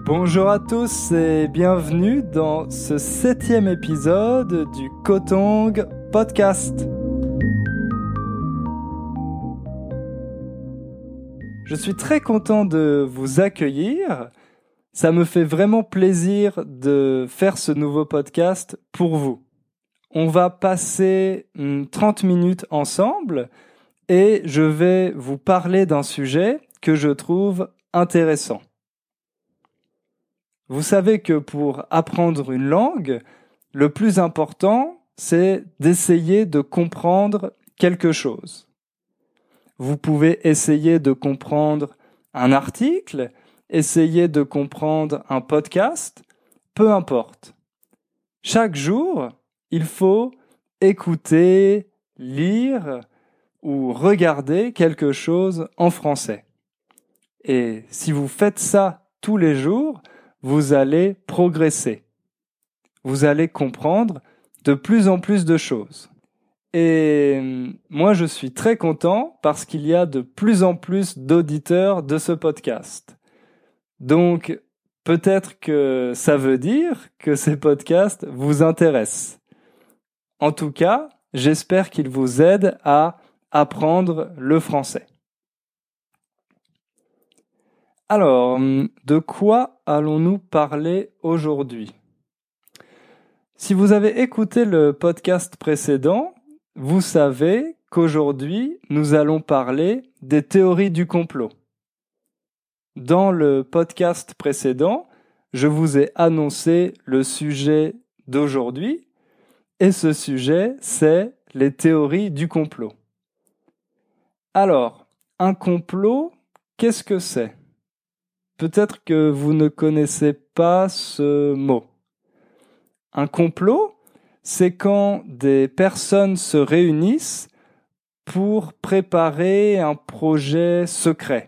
Bonjour à tous et bienvenue dans ce 7e épisode du Kotong Podcast. Je suis très content de vous accueillir. Ça me fait vraiment plaisir de faire ce nouveau podcast pour vous. On va passer 30 minutes ensemble et je vais vous parler d'un sujet que je trouve intéressant. Vous savez que pour apprendre une langue, le plus important, c'est d'essayer de comprendre quelque chose. Vous pouvez essayer de comprendre un article, essayer de comprendre un podcast, peu importe. Chaque jour, il faut écouter, lire ou regarder quelque chose en français. Et si vous faites ça tous les jours, vous allez progresser. Vous allez comprendre de plus en plus de choses. Et moi, je suis très content parce qu'il y a de plus en plus d'auditeurs de ce podcast. Donc, peut-être que ça veut dire que ces podcasts vous intéressent. En tout cas, j'espère qu'ils vous aident à apprendre le français. Alors, de quoi allons-nous parler aujourd'hui ? Si vous avez écouté le podcast précédent, vous savez qu'aujourd'hui, nous allons parler des théories du complot. Dans le podcast précédent, je vous ai annoncé le sujet d'aujourd'hui, et ce sujet, c'est les théories du complot. Alors, un complot, qu'est-ce que c'est ? Peut-être que vous ne connaissez pas ce mot. Un complot, c'est quand des personnes se réunissent pour préparer un projet secret.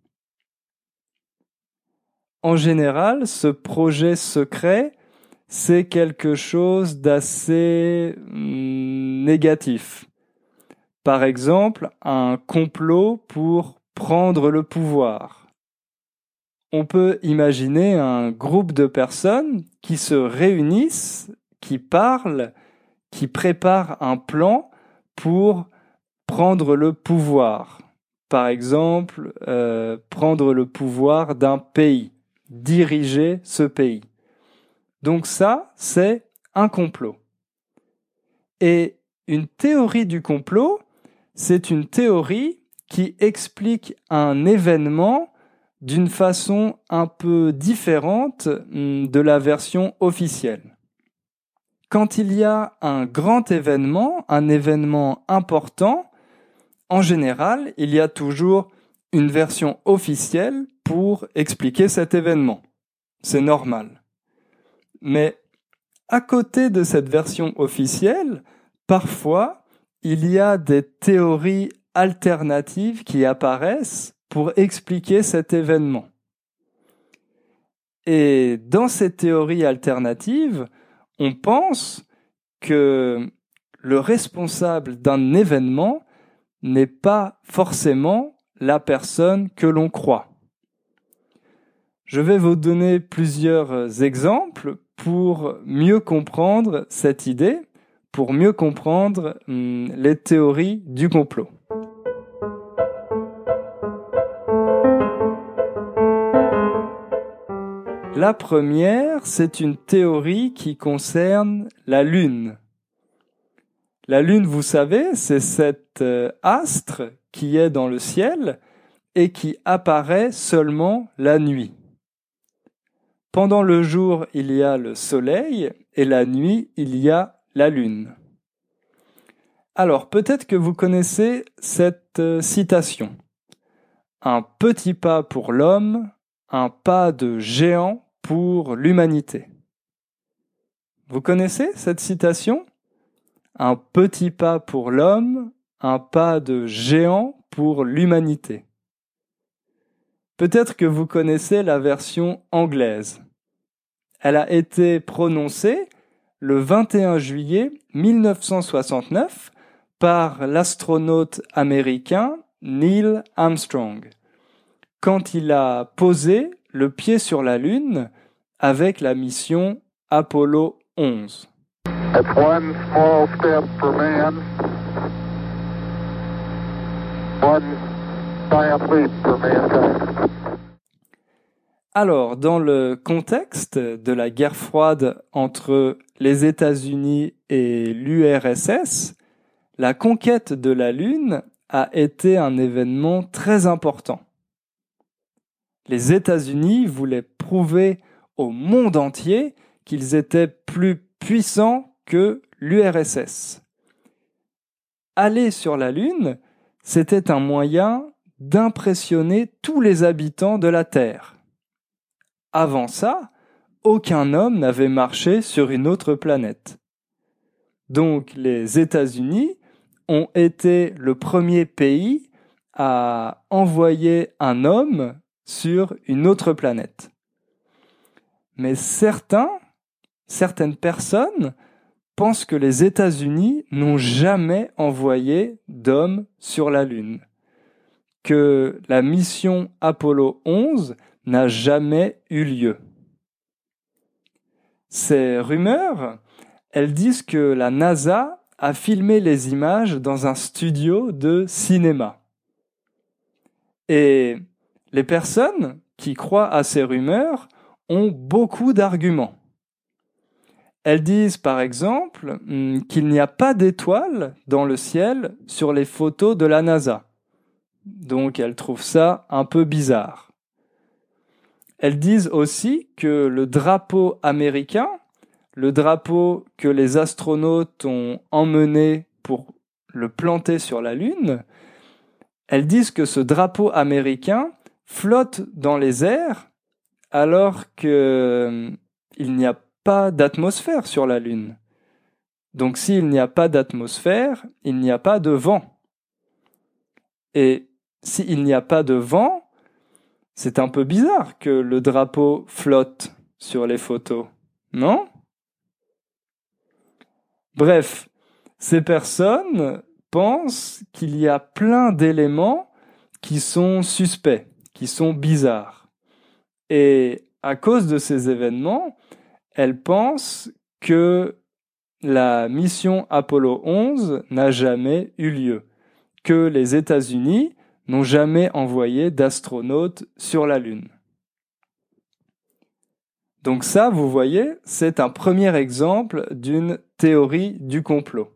En général, ce projet secret, c'est quelque chose d'assez négatif. Par exemple, un complot pour prendre le pouvoir. On peut imaginer un groupe de personnes qui se réunissent, qui parlent, qui préparent un plan pour prendre le pouvoir. Par exemple, prendre le pouvoir d'un pays, diriger ce pays. Donc ça, c'est un complot. Et une théorie du complot, c'est une théorie qui explique un événement d'une façon un peu différente de la version officielle. Quand il y a un grand événement, un événement important, en général, il y a toujours une version officielle pour expliquer cet événement. C'est normal. Mais à côté de cette version officielle, parfois, il y a des théories alternatives qui apparaissent pour expliquer cet événement. Et dans ces théories alternatives, on pense que le responsable d'un événement n'est pas forcément la personne que l'on croit. Je vais vous donner plusieurs exemples pour mieux comprendre cette idée, pour mieux comprendre les théories du complot. La première, c'est une théorie qui concerne la Lune. La Lune, vous savez, c'est cet astre qui est dans le ciel et qui apparaît seulement la nuit. Pendant le jour, il y a le Soleil et la nuit, il y a la Lune. Alors, peut-être que vous connaissez cette citation. Un petit pas pour l'homme, un pas de géant pour l'humanité. Vous connaissez cette citation ? Un petit pas pour l'homme, un pas de géant pour l'humanité. Peut-être que vous connaissez la version anglaise. Elle a été prononcée le 21 juillet 1969 par l'astronaute américain Neil Armstrong, quand il a posé le pied sur la Lune avec la mission Apollo 11. That's one small step for man, one giant leap for mankind. Alors, dans le contexte de la guerre froide entre les États-Unis et l'URSS, la conquête de la Lune a été un événement très important. Les États-Unis voulaient prouver au monde entier qu'ils étaient plus puissants que l'URSS. Aller sur la Lune, c'était un moyen d'impressionner tous les habitants de la Terre. Avant ça, aucun homme n'avait marché sur une autre planète. Donc les États-Unis ont été le premier pays à envoyer un homme sur une autre planète. Mais certaines personnes pensent que les États-Unis n'ont jamais envoyé d'hommes sur la Lune, que la mission Apollo 11 n'a jamais eu lieu. Ces rumeurs, elles disent que la NASA a filmé les images dans un studio de cinéma. Et les personnes qui croient à ces rumeurs ont beaucoup d'arguments. Elles disent par exemple qu'il n'y a pas d'étoiles dans le ciel sur les photos de la NASA. Donc elles trouvent ça un peu bizarre. Elles disent aussi que le drapeau américain, le drapeau que les astronautes ont emmené pour le planter sur la Lune, elles disent que ce drapeau américain flotte dans les airs alors qu'il n'y a pas d'atmosphère sur la Lune. Donc s'il n'y a pas d'atmosphère, il n'y a pas de vent. Et s'il n'y a pas de vent, c'est un peu bizarre que le drapeau flotte sur les photos, non? Bref, ces personnes pensent qu'il y a plein d'éléments qui sont suspects, qui sont bizarres. Et à cause de ces événements, elles pensent que la mission Apollo 11 n'a jamais eu lieu, que les États-Unis n'ont jamais envoyé d'astronautes sur la Lune. Donc ça, vous voyez, c'est un premier exemple d'une théorie du complot.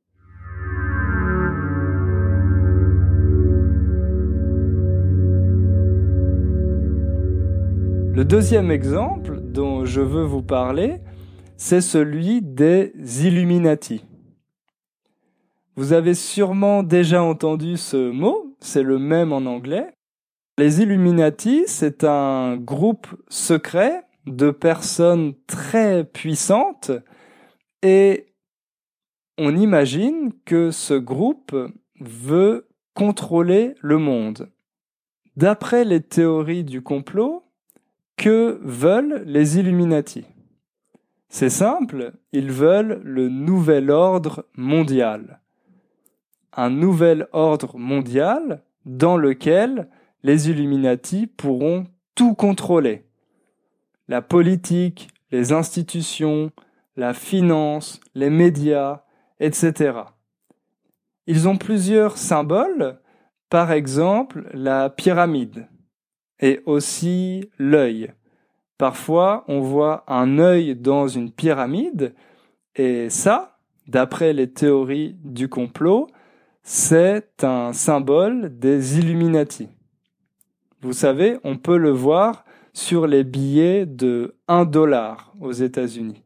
Le deuxième exemple dont je veux vous parler, c'est celui des Illuminati. Vous avez sûrement déjà entendu ce mot, c'est le même en anglais. Les Illuminati, c'est un groupe secret de personnes très puissantes et on imagine que ce groupe veut contrôler le monde. D'après les théories du complot, que veulent les Illuminati? C'est simple, ils veulent le nouvel ordre mondial. Un nouvel ordre mondial dans lequel les Illuminati pourront tout contrôler. La politique, les institutions, la finance, les médias, etc. Ils ont plusieurs symboles, par exemple la pyramide et aussi l'œil. Parfois, on voit un œil dans une pyramide et ça, d'après les théories du complot, c'est un symbole des Illuminati. Vous savez, on peut le voir sur les billets de $1 aux États-Unis.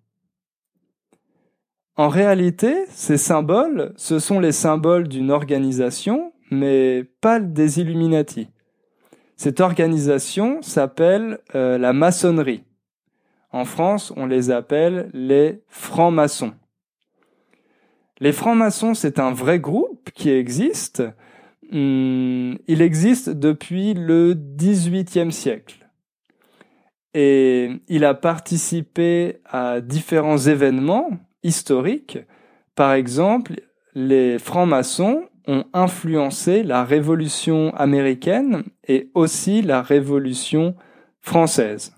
En réalité, ces symboles, ce sont les symboles d'une organisation, mais pas des Illuminati. Cette organisation s'appelle la maçonnerie. En France, on les appelle les francs-maçons. Les francs-maçons, c'est un vrai groupe qui existe. Il existe depuis le XVIIIe siècle. Et il a participé à différents événements historiques. Par exemple, les francs-maçons ont influencé la Révolution américaine et aussi la Révolution française.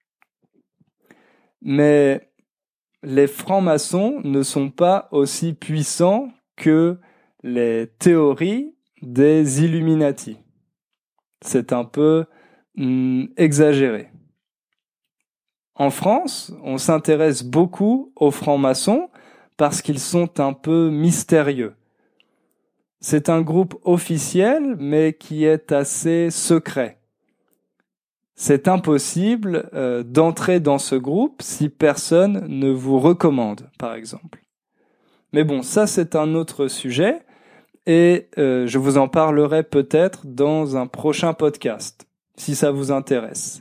Mais les francs-maçons ne sont pas aussi puissants que les théories des Illuminati. C'est un peu exagéré. En France, on s'intéresse beaucoup aux francs-maçons parce qu'ils sont un peu mystérieux. C'est un groupe officiel, mais qui est assez secret. C'est impossible d'entrer dans ce groupe si personne ne vous recommande, par exemple. Mais bon, ça c'est un autre sujet et je vous en parlerai peut-être dans un prochain podcast, si ça vous intéresse.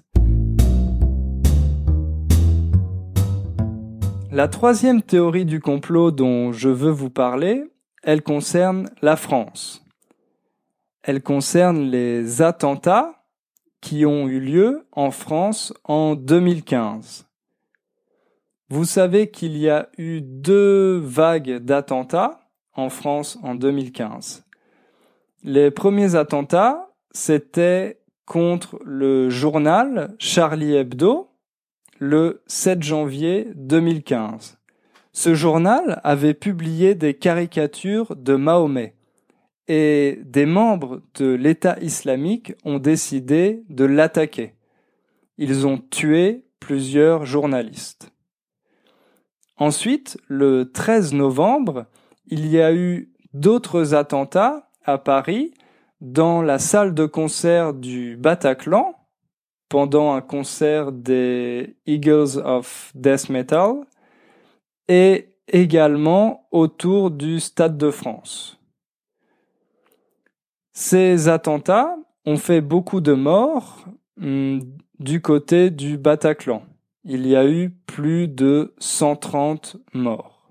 La troisième théorie du complot dont je veux vous parler, elle concerne la France. Elle concerne les attentats qui ont eu lieu en France en 2015. Vous savez qu'il y a eu 2 vagues d'attentats en France en 2015. Les premiers attentats, c'était contre le journal Charlie Hebdo le 7 janvier 2015. Ce journal avait publié des caricatures de Mahomet et des membres de l'État islamique ont décidé de l'attaquer. Ils ont tué plusieurs journalistes. Ensuite, le 13 novembre, il y a eu d'autres attentats à Paris dans la salle de concert du Bataclan pendant un concert des Eagles of Death Metal et également autour du Stade de France. Ces attentats ont fait beaucoup de morts du côté du Bataclan. Il y a eu plus de 130 morts.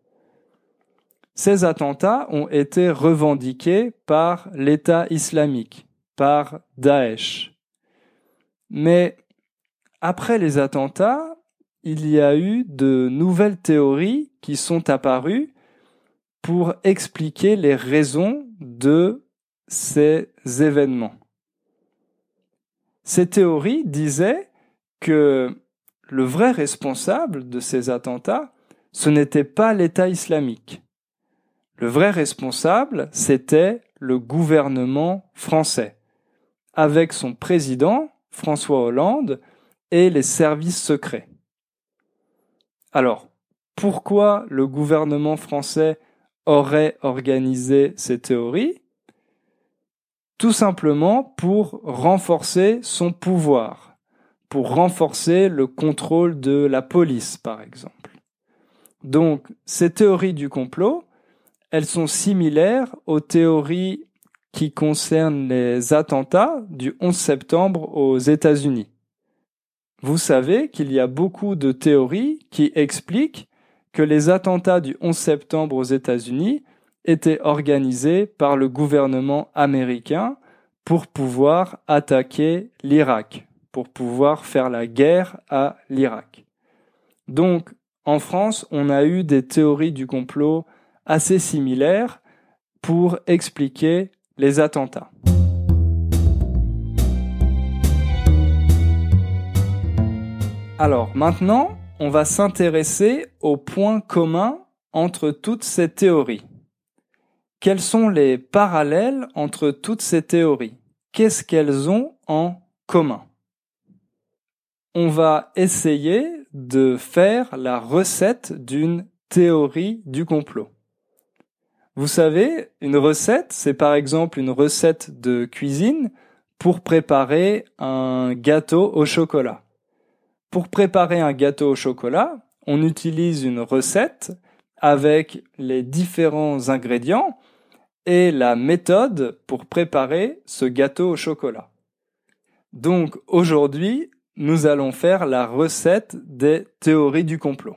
Ces attentats ont été revendiqués par l'État islamique, par Daesh. Mais après les attentats, il y a eu de nouvelles théories qui sont apparues pour expliquer les raisons de ces événements. Ces théories disaient que le vrai responsable de ces attentats, ce n'était pas l'État islamique. Le vrai responsable, c'était le gouvernement français, avec son président, François Hollande, et les services secrets. Alors, pourquoi le gouvernement français aurait organisé ces théories? Tout simplement pour renforcer son pouvoir, pour renforcer le contrôle de la police, par exemple. Donc, ces théories du complot, elles sont similaires aux théories qui concernent les attentats du 11 septembre aux États-Unis. Vous savez qu'il y a beaucoup de théories qui expliquent que les attentats du 11 septembre aux États-Unis étaient organisés par le gouvernement américain pour pouvoir attaquer l'Irak, pour pouvoir faire la guerre à l'Irak. Donc, en France, on a eu des théories du complot assez similaires pour expliquer les attentats. Alors maintenant, on va s'intéresser aux points communs entre toutes ces théories. Quels sont les parallèles entre toutes ces théories? Qu'est-ce qu'elles ont en commun? On va essayer de faire la recette d'une théorie du complot. Vous savez, une recette, c'est par exemple une recette de cuisine pour préparer un gâteau au chocolat. Pour préparer un gâteau au chocolat, on utilise une recette avec les différents ingrédients et la méthode pour préparer ce gâteau au chocolat. Donc aujourd'hui, nous allons faire la recette des théories du complot.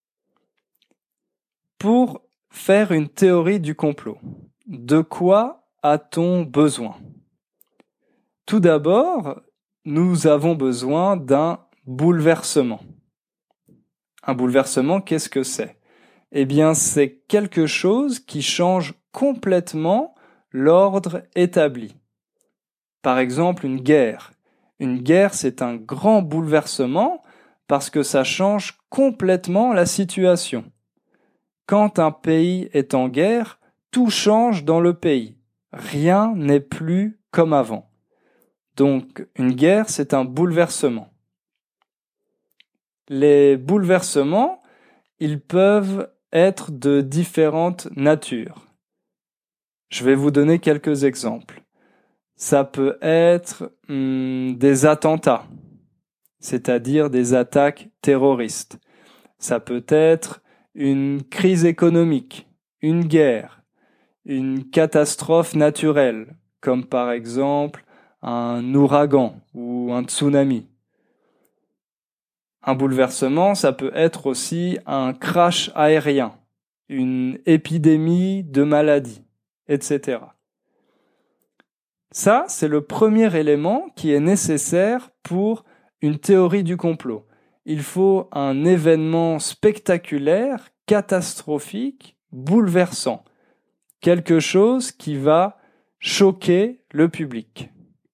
Pour faire une théorie du complot, de quoi a-t-on besoin? Tout d'abord, nous avons besoin d'un bouleversement. Un bouleversement, qu'est-ce que c'est? Eh bien, c'est quelque chose qui change complètement l'ordre établi. Par exemple, une guerre. Une guerre, c'est un grand bouleversement parce que ça change complètement la situation. Quand un pays est en guerre, tout change dans le pays. Rien n'est plus comme avant. Donc, une guerre, c'est un bouleversement. Les bouleversements, ils peuvent être de différentes natures. Je vais vous donner quelques exemples. Ça peut être des attentats, c'est-à-dire des attaques terroristes. Ça peut être une crise économique, une guerre, une catastrophe naturelle, comme par exemple un ouragan ou un tsunami. Un bouleversement, ça peut être aussi un crash aérien, une épidémie de maladie, etc. Ça, c'est le premier élément qui est nécessaire pour une théorie du complot. Il faut un événement spectaculaire, catastrophique, bouleversant. Quelque chose qui va choquer le public.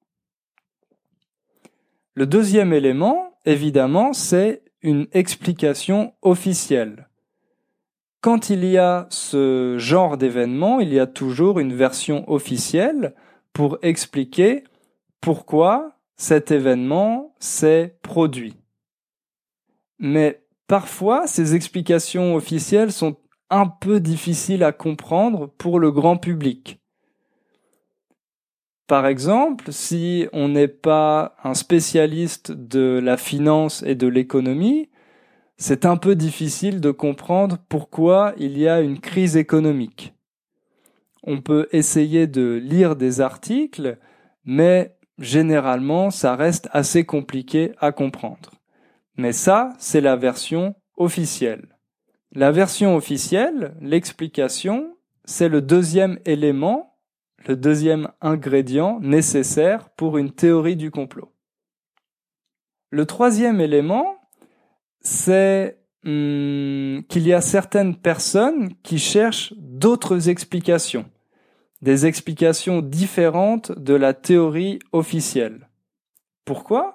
Le deuxième élément, évidemment, c'est une explication officielle. Quand il y a ce genre d'événement, il y a toujours une version officielle pour expliquer pourquoi cet événement s'est produit. Mais parfois, ces explications officielles sont un peu difficiles à comprendre pour le grand public. Par exemple, si on n'est pas un spécialiste de la finance et de l'économie, c'est un peu difficile de comprendre pourquoi il y a une crise économique. On peut essayer de lire des articles, mais généralement, ça reste assez compliqué à comprendre. Mais ça, c'est la version officielle. La version officielle, l'explication, c'est le deuxième élément, le deuxième ingrédient nécessaire pour une théorie du complot. Le troisième élément, c'est qu'il y a certaines personnes qui cherchent d'autres explications, des explications différentes de la théorie officielle. Pourquoi ?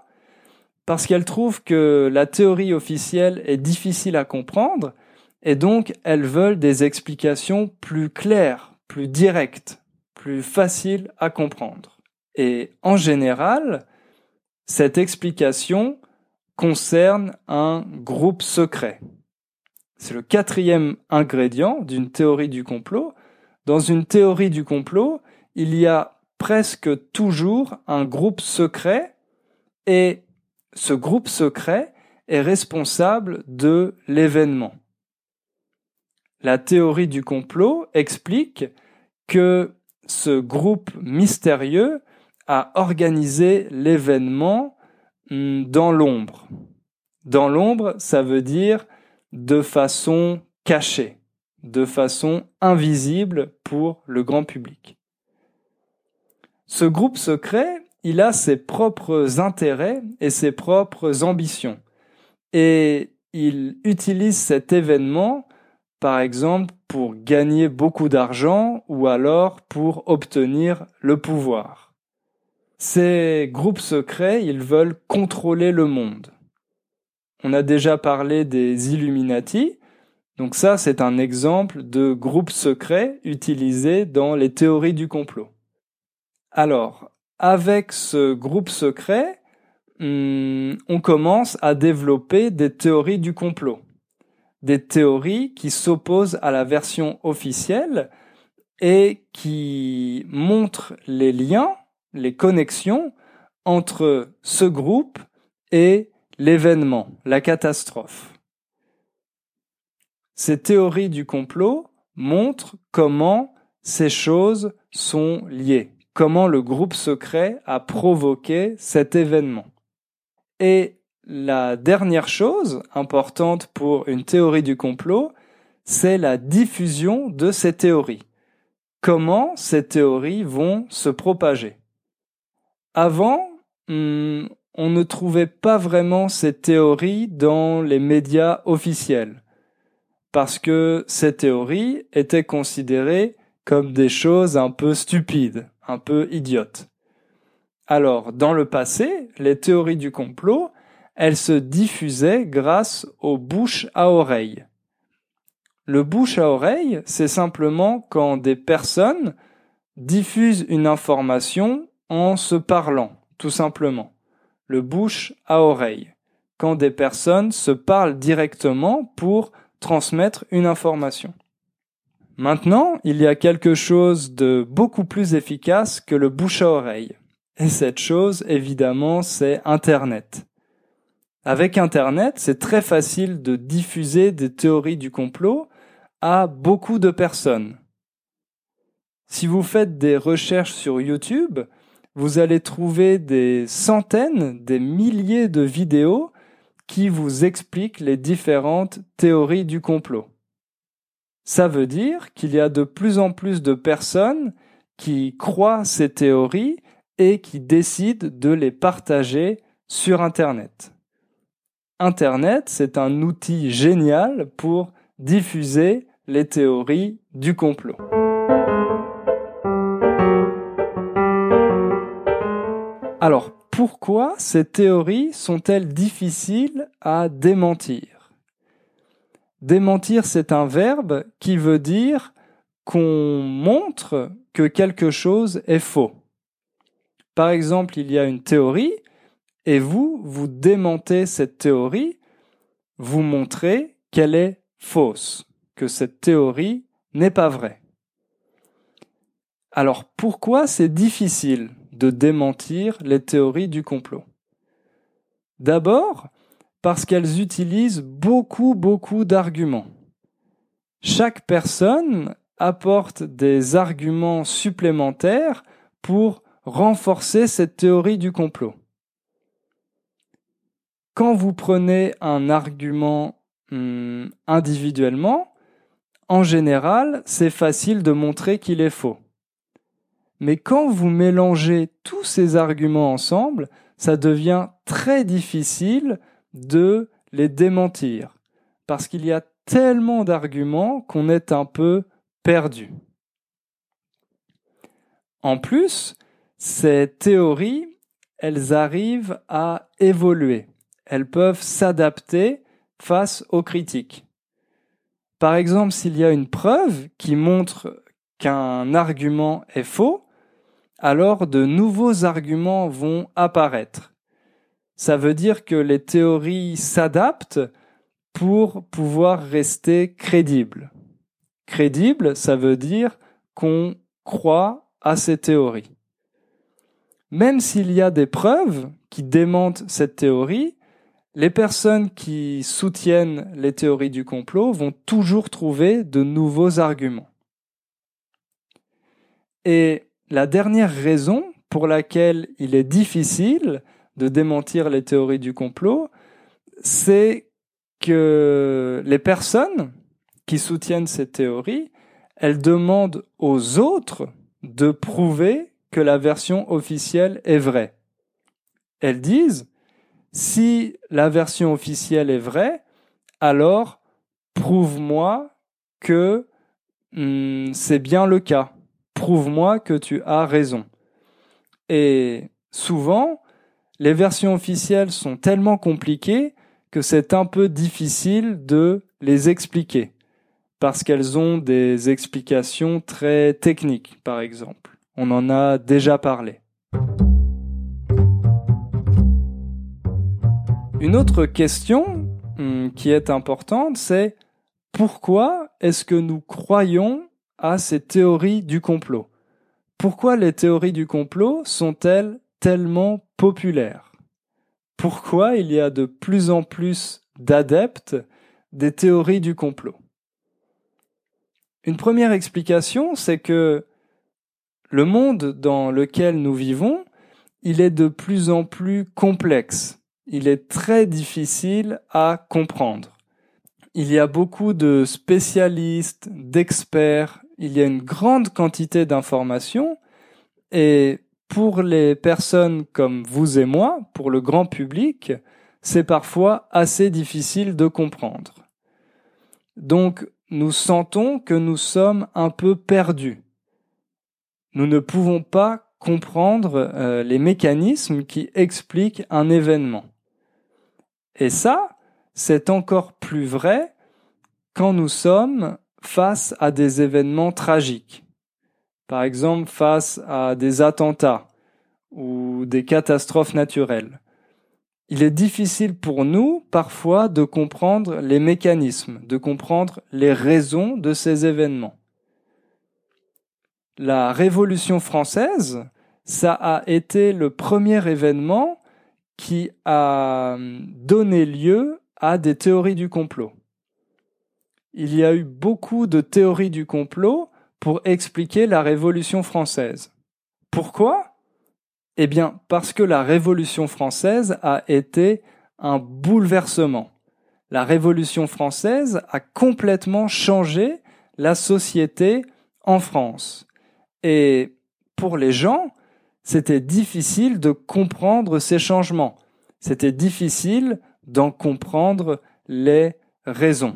Parce qu'elles trouvent que la théorie officielle est difficile à comprendre et donc elles veulent des explications plus claires, plus directes, plus faciles à comprendre. Et en général, cette explication concerne un groupe secret. C'est le quatrième ingrédient d'une théorie du complot. Dans une théorie du complot, il y a presque toujours un groupe secret et ce groupe secret est responsable de l'événement. La théorie du complot explique que ce groupe mystérieux a organisé l'événement dans l'ombre. Dans l'ombre, ça veut dire de façon cachée, de façon invisible pour le grand public. Ce groupe secret, il a ses propres intérêts et ses propres ambitions. Et il utilise cet événement, par exemple, pour gagner beaucoup d'argent ou alors pour obtenir le pouvoir. Ces groupes secrets, ils veulent contrôler le monde. On a déjà parlé des Illuminati, donc ça c'est un exemple de groupe secret utilisé dans les théories du complot. Alors, avec ce groupe secret, on commence à développer des théories du complot. Des théories qui s'opposent à la version officielle et qui montrent les liens, les connexions entre ce groupe et l'événement, la catastrophe. Ces théories du complot montrent comment ces choses sont liées, comment le groupe secret a provoqué cet événement. Et la dernière chose importante pour une théorie du complot, c'est la diffusion de ces théories. Comment ces théories vont se propager. Avant, on ne trouvait pas vraiment ces théories dans les médias officiels, parce que ces théories étaient considérées comme des choses un peu stupides, un peu idiotes. Alors, dans le passé, les théories du complot, elles se diffusaient grâce au bouche à oreille. Le bouche à oreille, c'est simplement quand des personnes diffusent une information en se parlant, tout simplement. Le bouche à oreille. Quand des personnes se parlent directement pour transmettre une information. Maintenant, il y a quelque chose de beaucoup plus efficace que le bouche à oreille. Et cette chose, évidemment, c'est Internet. Avec Internet, c'est très facile de diffuser des théories du complot à beaucoup de personnes. Si vous faites des recherches sur YouTube, vous allez trouver des centaines, des milliers de vidéos qui vous expliquent les différentes théories du complot. Ça veut dire qu'il y a de plus en plus de personnes qui croient ces théories et qui décident de les partager sur Internet. Internet, c'est un outil génial pour diffuser les théories du complot. Alors, pourquoi ces théories sont-elles difficiles à démentir ? Démentir, c'est un verbe qui veut dire qu'on montre que quelque chose est faux. Par exemple, il y a une théorie et vous démentez cette théorie, vous montrez qu'elle est fausse, que cette théorie n'est pas vraie. Alors, pourquoi c'est difficile de démentir les théories du complot ? D'abord, parce qu'elles utilisent beaucoup d'arguments. Chaque personne apporte des arguments supplémentaires pour renforcer cette théorie du complot. Quand vous prenez un argument individuellement, en général, c'est facile de montrer qu'il est faux. Mais quand vous mélangez tous ces arguments ensemble, ça devient très difficile de les démentir, parce qu'il y a tellement d'arguments qu'on est un peu perdu. En plus, ces théories, elles arrivent à évoluer. Elles peuvent s'adapter face aux critiques. Par exemple, s'il y a une preuve qui montre qu'un argument est faux, alors de nouveaux arguments vont apparaître. Ça veut dire que les théories s'adaptent pour pouvoir rester crédibles. Crédible, ça veut dire qu'on croit à ces théories. Même s'il y a des preuves qui démentent cette théorie, les personnes qui soutiennent les théories du complot vont toujours trouver de nouveaux arguments. Et la dernière raison pour laquelle il est difficile de démentir les théories du complot, c'est que les personnes qui soutiennent ces théories, elles demandent aux autres de prouver que la version officielle est vraie. Elles disent, si la version officielle est vraie, alors prouve-moi que c'est bien le cas. Prouve-moi que tu as raison. Et souvent, les versions officielles sont tellement compliquées que c'est un peu difficile de les expliquer, parce qu'elles ont des explications très techniques, par exemple. On en a déjà parlé. Une autre question qui est importante, c'est pourquoi est-ce que nous croyons à ces théories du complot ? Pourquoi les théories du complot sont-elles tellement populaires ? Pourquoi il y a de plus en plus d'adeptes des théories du complot ? Une première explication, c'est que le monde dans lequel nous vivons, il est de plus en plus complexe. Il est très difficile à comprendre. Il y a beaucoup de spécialistes, d'experts, il y a une grande quantité d'informations et pour les personnes comme vous et moi, pour le grand public, c'est parfois assez difficile de comprendre. Donc, nous sentons que nous sommes un peu perdus. Nous ne pouvons pas comprendre les mécanismes qui expliquent un événement. Et ça, c'est encore plus vrai quand nous sommes face à des événements tragiques. Par exemple, face à des attentats ou des catastrophes naturelles. Il est difficile pour nous, parfois, de comprendre les mécanismes, de comprendre les raisons de ces événements. La Révolution française, ça a été le premier événement qui a donné lieu à des théories du complot. Il y a eu beaucoup de théories du complot pour expliquer la Révolution française. Pourquoi ? Eh bien, parce que la Révolution française a été un bouleversement. La Révolution française a complètement changé la société en France. Et pour les gens, c'était difficile de comprendre ces changements. C'était difficile d'en comprendre les raisons.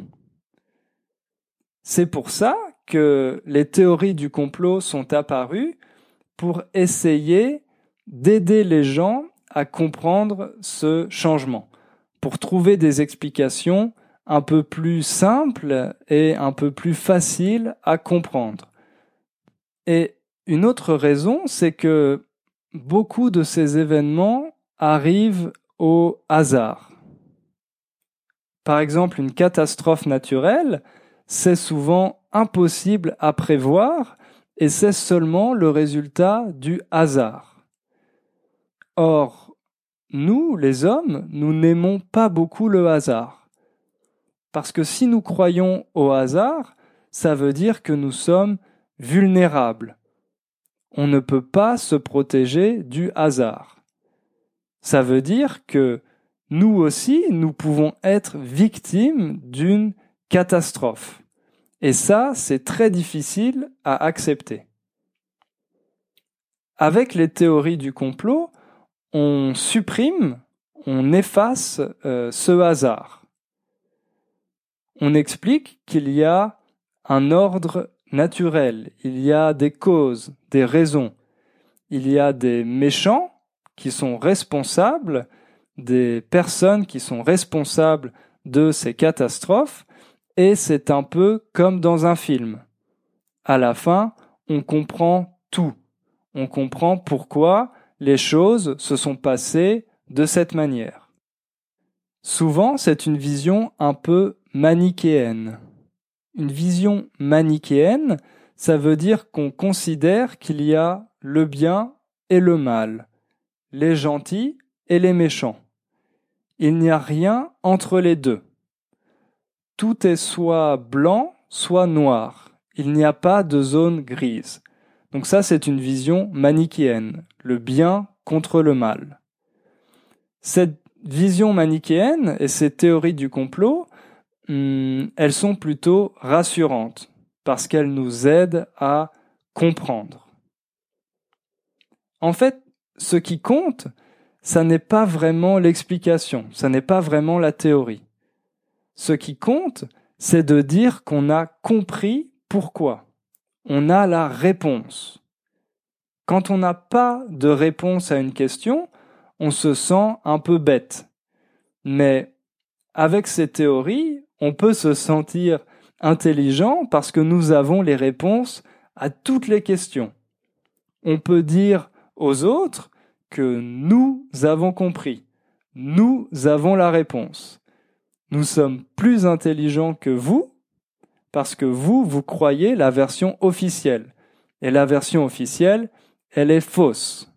C'est pour ça que les théories du complot sont apparues pour essayer d'aider les gens à comprendre ce changement, pour trouver des explications un peu plus simples et un peu plus faciles à comprendre. Et une autre raison, c'est que beaucoup de ces événements arrivent au hasard. Par exemple, une catastrophe naturelle, c'est souvent impossible à prévoir et c'est seulement le résultat du hasard. Or, nous, les hommes, nous n'aimons pas beaucoup le hasard. Parce que si nous croyons au hasard, ça veut dire que nous sommes vulnérables. On ne peut pas se protéger du hasard. Ça veut dire que nous aussi, nous pouvons être victimes d'une catastrophe. Et ça, c'est très difficile à accepter. Avec les théories du complot, on supprime, on efface ce hasard. On explique qu'il y a un ordre naturel, il y a des causes, des raisons. Il y a des méchants qui sont responsables, des personnes qui sont responsables de ces catastrophes, et c'est un peu comme dans un film. À la fin, on comprend tout. On comprend pourquoi les choses se sont passées de cette manière. Souvent, c'est une vision un peu manichéenne. Une vision manichéenne, ça veut dire qu'on considère qu'il y a le bien et le mal, les gentils et les méchants. Il n'y a rien entre les deux. Tout est soit blanc, soit noir. Il n'y a pas de zone grise. Donc ça, c'est une vision manichéenne, le bien contre le mal. Cette vision manichéenne et ces théories du complot, elles sont plutôt rassurantes parce qu'elles nous aident à comprendre. En fait, ce qui compte, ça n'est pas vraiment l'explication, ça n'est pas vraiment la théorie. Ce qui compte, c'est de dire qu'on a compris pourquoi. On a la réponse. Quand on n'a pas de réponse à une question, on se sent un peu bête. Mais avec ces théories, on peut se sentir intelligent parce que nous avons les réponses à toutes les questions. On peut dire aux autres que nous avons compris. Nous avons la réponse. Nous sommes plus intelligents que vous parce que vous croyez la version officielle. Et la version officielle, elle est fausse.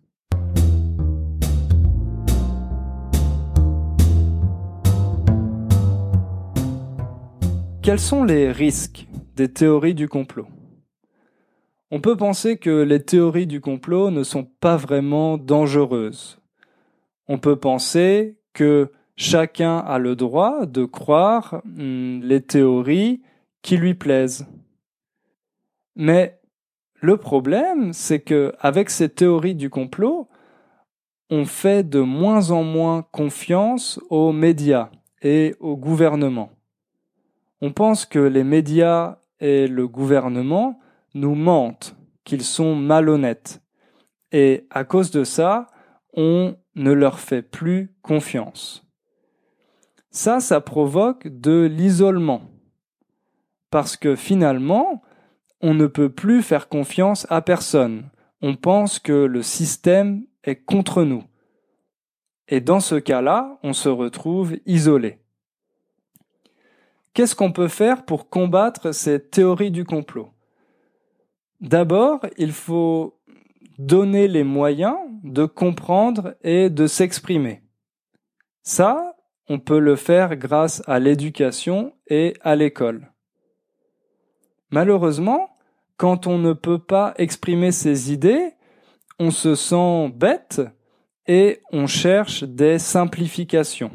Quels sont les risques des théories du complot ? On peut penser que les théories du complot ne sont pas vraiment dangereuses. On peut penser que chacun a le droit de croire les théories qui lui plaisent. Mais le problème, c'est que avec ces théories du complot, on fait de moins en moins confiance aux médias et au gouvernement. On pense que les médias et le gouvernement nous mentent, qu'ils sont malhonnêtes. Et à cause de ça, on ne leur fait plus confiance. Ça provoque de l'isolement. Parce que finalement, on ne peut plus faire confiance à personne. On pense que le système est contre nous. Et dans ce cas-là, on se retrouve isolé. Qu'est-ce qu'on peut faire pour combattre cette théorie du complot ? D'abord, il faut donner les moyens de comprendre et de s'exprimer. Ça, on peut le faire grâce à l'éducation et à l'école. Malheureusement, quand on ne peut pas exprimer ses idées, on se sent bête et on cherche des simplifications.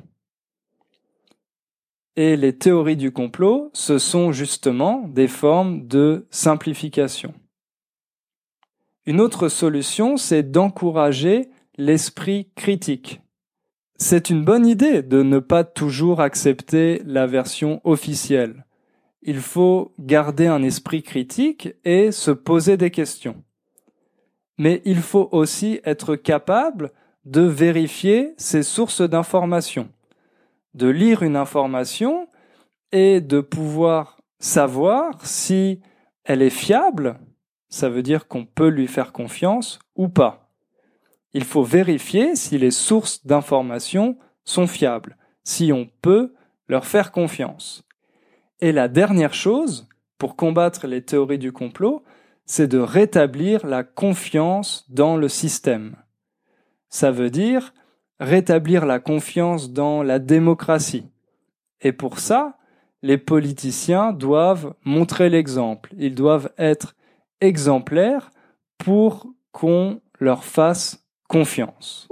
Et les théories du complot, ce sont justement des formes de simplification. Une autre solution, c'est d'encourager l'esprit critique. C'est une bonne idée de ne pas toujours accepter la version officielle. Il faut garder un esprit critique et se poser des questions. Mais il faut aussi être capable de vérifier ses sources d'informations, de lire une information et de pouvoir savoir si elle est fiable, ça veut dire qu'on peut lui faire confiance ou pas. Il faut vérifier si les sources d'informations sont fiables, si on peut leur faire confiance. Et la dernière chose, pour combattre les théories du complot, c'est de rétablir la confiance dans le système. Ça veut dire rétablir la confiance dans la démocratie. Et pour ça, les politiciens doivent montrer l'exemple. Ils doivent être exemplaires pour qu'on leur fasse confiance.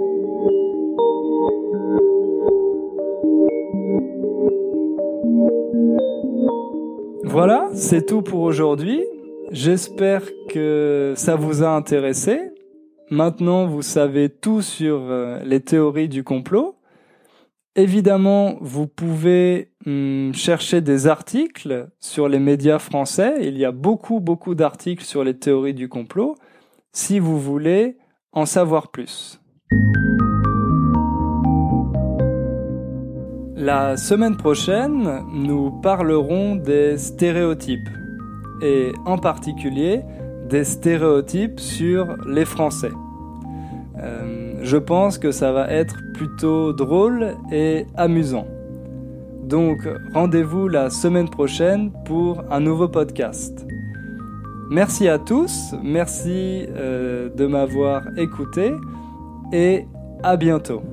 Voilà, c'est tout pour aujourd'hui. J'espère que ça vous a intéressé. Maintenant, vous savez tout sur les théories du complot. Évidemment, vous pouvez chercher des articles sur les médias français. Il y a beaucoup d'articles sur les théories du complot, si vous voulez en savoir plus. La semaine prochaine, nous parlerons des stéréotypes, et en particulier des stéréotypes sur les Français. Je pense que ça va être plutôt drôle et amusant. Donc, rendez-vous la semaine prochaine pour un nouveau podcast. Merci à tous, merci de m'avoir écouté et à bientôt.